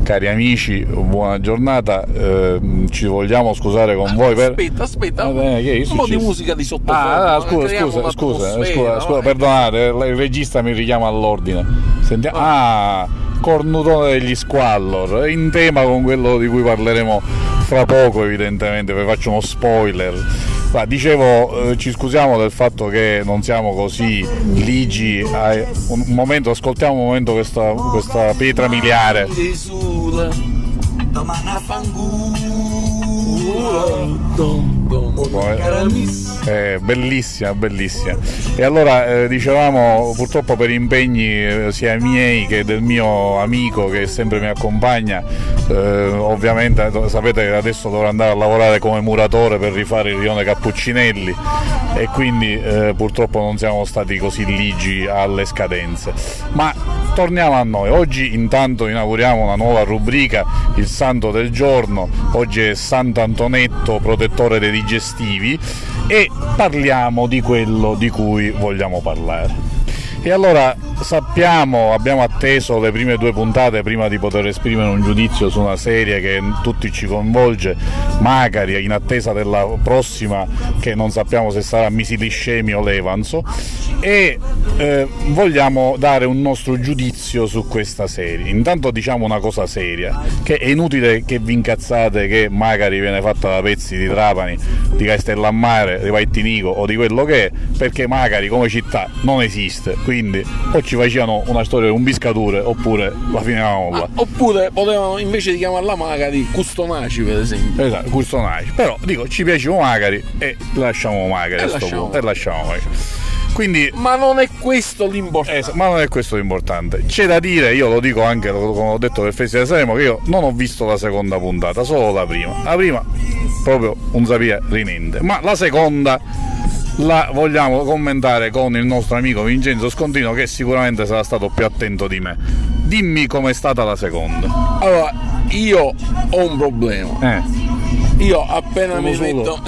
cari amici, buona giornata. Ci vogliamo scusare con voi per... Aspetta, un po' successo? di musica di sottofondo. Scusa, perdonate, il regista mi richiama all'ordine. Sentiamo. Cornutone degli Squallor, in tema con quello di cui parleremo fra poco, evidentemente, vi faccio uno spoiler. Ma dicevo, ci scusiamo del fatto che non siamo così ligi. Un momento, ascoltiamo un momento questa pietra miliare. Bellissima. E allora dicevamo, purtroppo per impegni sia miei che del mio amico che sempre mi accompagna, ovviamente sapete che adesso dovrò andare a lavorare come muratore per rifare il rione Cappuccinelli, e quindi purtroppo non siamo stati così ligi alle scadenze. Ma torniamo a noi. Oggi intanto inauguriamo una nuova rubrica, il santo del giorno. Oggi è Sant'Antonetto, protettore dei digestivi, e parliamo di quello di cui vogliamo parlare. E allora abbiamo atteso le prime 2 puntate prima di poter esprimere un giudizio su una serie che tutti ci coinvolge, Macari, in attesa della prossima che non sappiamo se sarà Misiliscemi o Levanzo, e vogliamo dare un nostro giudizio su questa serie. Intanto diciamo una cosa seria, che è inutile che vi incazzate che Macari viene fatta da pezzi di Trapani, di Castellammare, di Vaitinico o di quello che è, perché Macari come città non esiste, quindi o ci facevano una storia un biscature oppure la finivamo là. Oppure potevano, invece di chiamarla Macari, Custonaci, per esempio. Esatto, Custonaci. Però dico, ci piaceva Macari e lasciamo Macari a sto punto. E lasciamo Macari. Quindi, ma non è questo l'importante. Ma non è questo l'importante. C'è da dire, io lo dico anche, come ho detto per Festival di Sanremo, che io non ho visto la seconda puntata, solo la prima. La prima proprio un sapia rinente, ma la seconda la vogliamo commentare con il nostro amico Vincenzo Scontino, che sicuramente sarà stato più attento di me. Dimmi com'è stata la seconda. Allora, io ho un problema. Io appena mi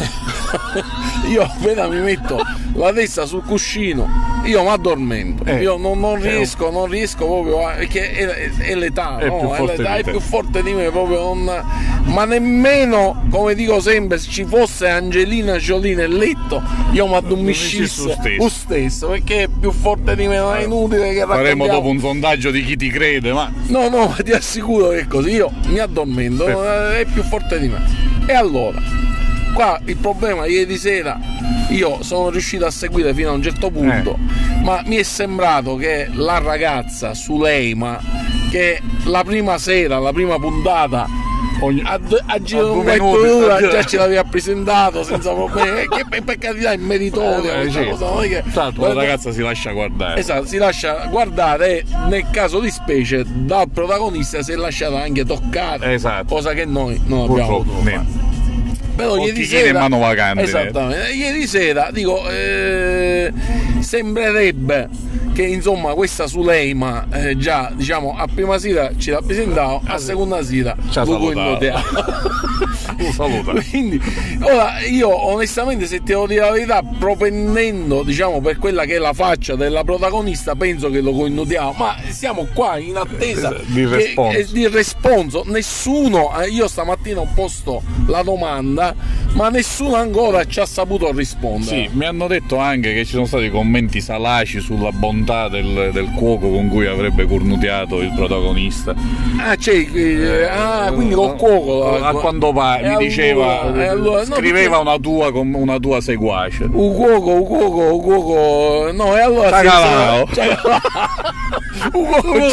metto la testa sul cuscino, io mi addormento. Io non riesco proprio perché è l'età, è più forte di me, proprio ma nemmeno, come dico sempre, se ci fosse Angelina Jolie nel letto io mi addormiscissi lo stesso, perché è più forte di me, non è inutile che faremo dopo un sondaggio di chi ti crede, ma no, ti assicuro che è così, io mi addormento, è più forte di me. E allora, qua il problema, ieri sera io sono riuscito a seguire fino a un certo punto, ma mi è sembrato che la ragazza Suleima, che la prima sera, la prima puntata, a giro un mezz'ora già ce l'aveva presentato senza problemi, che per carità è meritoria la ragazza si lascia guardare. Esatto, si lascia guardare, e nel caso di specie dal protagonista si è lasciato anche toccare, cosa che noi non abbiamo potuto fare. Però ieri sera, esattamente, ieri sera dico, sembrerebbe che insomma questa Suleima già diciamo a prima sera ci rappresentava, a seconda sera lo saluta. Quindi ora io onestamente, se ti devo dire la verità, propendendo diciamo per quella che è la faccia della protagonista, penso che lo connotiamo, ma siamo qua in attesa di responso. Nessuno, io stamattina ho posto la domanda, ma nessuno ancora ci ha saputo rispondere. Sì, mi hanno detto anche che ci sono stati commenti salaci sulla bontà del cuoco con cui avrebbe cornuteato il protagonista. Quindi col cuoco a quanto pare mi diceva, scriveva una tua seguace. Un cuoco, no, e allora Ciacalao. Un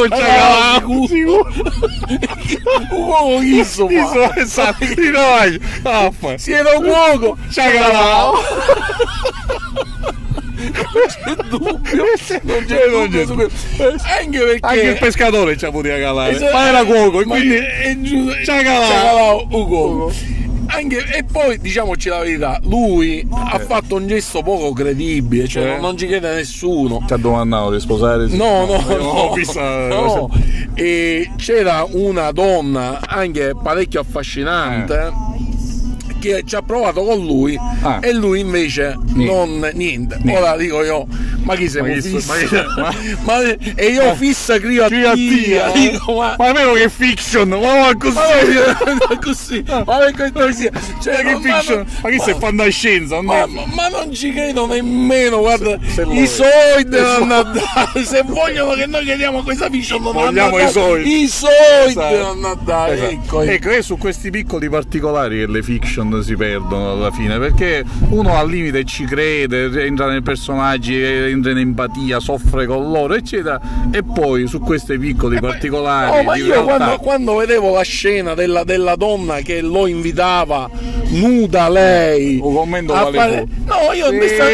cuoco chisso esatto, si era un cuoco, Ciacalao. Non c'è dubbio. Anche il pescatore ci ha potuto calare, ma era cuoco, e quindi Ciacalao cuoco. E poi diciamoci la verità, lui ha fatto un gesto poco credibile, cioè non ci crede nessuno. Ti ha domandato di sposare? No. E c'era una donna anche parecchio affascinante perché ci ha provato con lui e lui invece niente. Ora dico io, ma chi siamo fissa? E io fissa creativa. Dico, ma è vero che è fiction, ma così. Ma che fiction? Ma che sei fantascienza? Ma non ci credo nemmeno, guarda, i soldi devono andare. Se vogliono che noi chiediamo questa fiction, non vogliamo i soldi. I soldi devono andare. Ecco, è su questi piccoli particolari che le fiction si perdono alla fine, perché uno al limite ci crede, entra nei personaggi, entra in empatia, soffre con loro, eccetera, e poi su questi piccoli particolari. Ma io quando vedevo la scena della donna che lo invitava nuda lei, un commento vale fu. No, io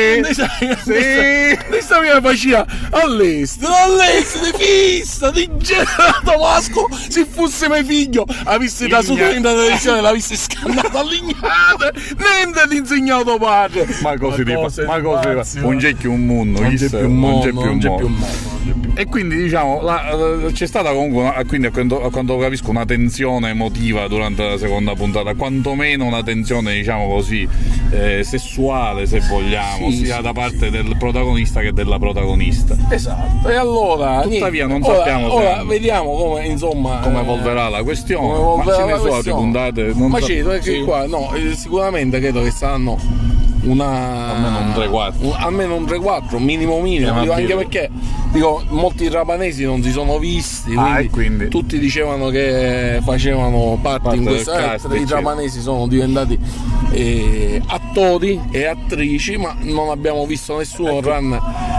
questa mia faccia all'estero di fissa, di gelato masco, se fosse mio figlio avessi da su in televisione, l'avessi scannata all'ignata, niente di insegnato padre. Ma così non c'è più un mondo, non c'è più un mondo. E quindi diciamo c'è stata comunque quindi a quanto capisco una tensione emotiva durante la seconda puntata, quantomeno una tensione diciamo così sessuale, se vogliamo, sia da parte del protagonista che della protagonista. Esatto. E allora tuttavia non sappiamo ora vediamo come evolverà la questione, ma ce ne sono altre puntate, ma qua sicuramente credo che saranno almeno un 3-4 minimo, anche perché molti rapanesi non si sono visti, quindi tutti dicevano che facevano parte in questa i rapanesi sono diventati attori e attrici, ma non abbiamo visto nessuno tranne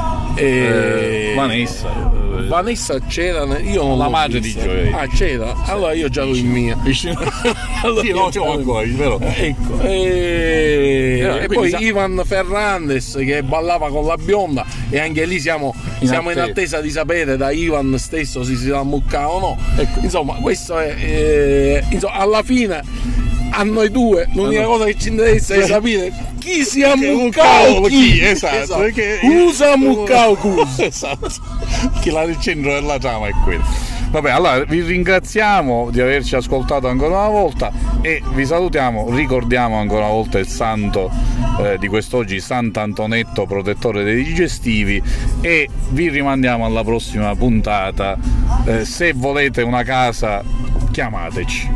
Vanessa c'era, io non la madre di Gioia. C'era, allora io già ero in mia. Allora no, c'è ancora, vero? Ecco. E poi Ivan Ferrandez che ballava con la bionda, e anche lì siamo in attesa di sapere da Ivan stesso se si ammuccava o no. Ecco. Insomma, questo è alla fine a noi due l'unica cosa che ci interessa è sapere chi si è ammuccato chi. Esatto. Perché usa ammuccao esatto. Che il centro della trama è quello. Vabbè, allora vi ringraziamo di averci ascoltato ancora una volta e vi salutiamo. Ricordiamo ancora una volta il santo di quest'oggi, Sant'Antonetto, protettore dei digestivi, e vi rimandiamo alla prossima puntata. Se volete una casa, chiamateci.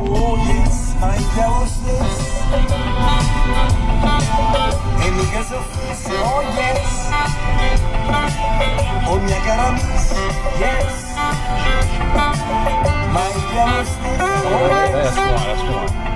E mica soffrisse, oh yes, oh mia cara miss, yes, ma il piano stesso, oh yes.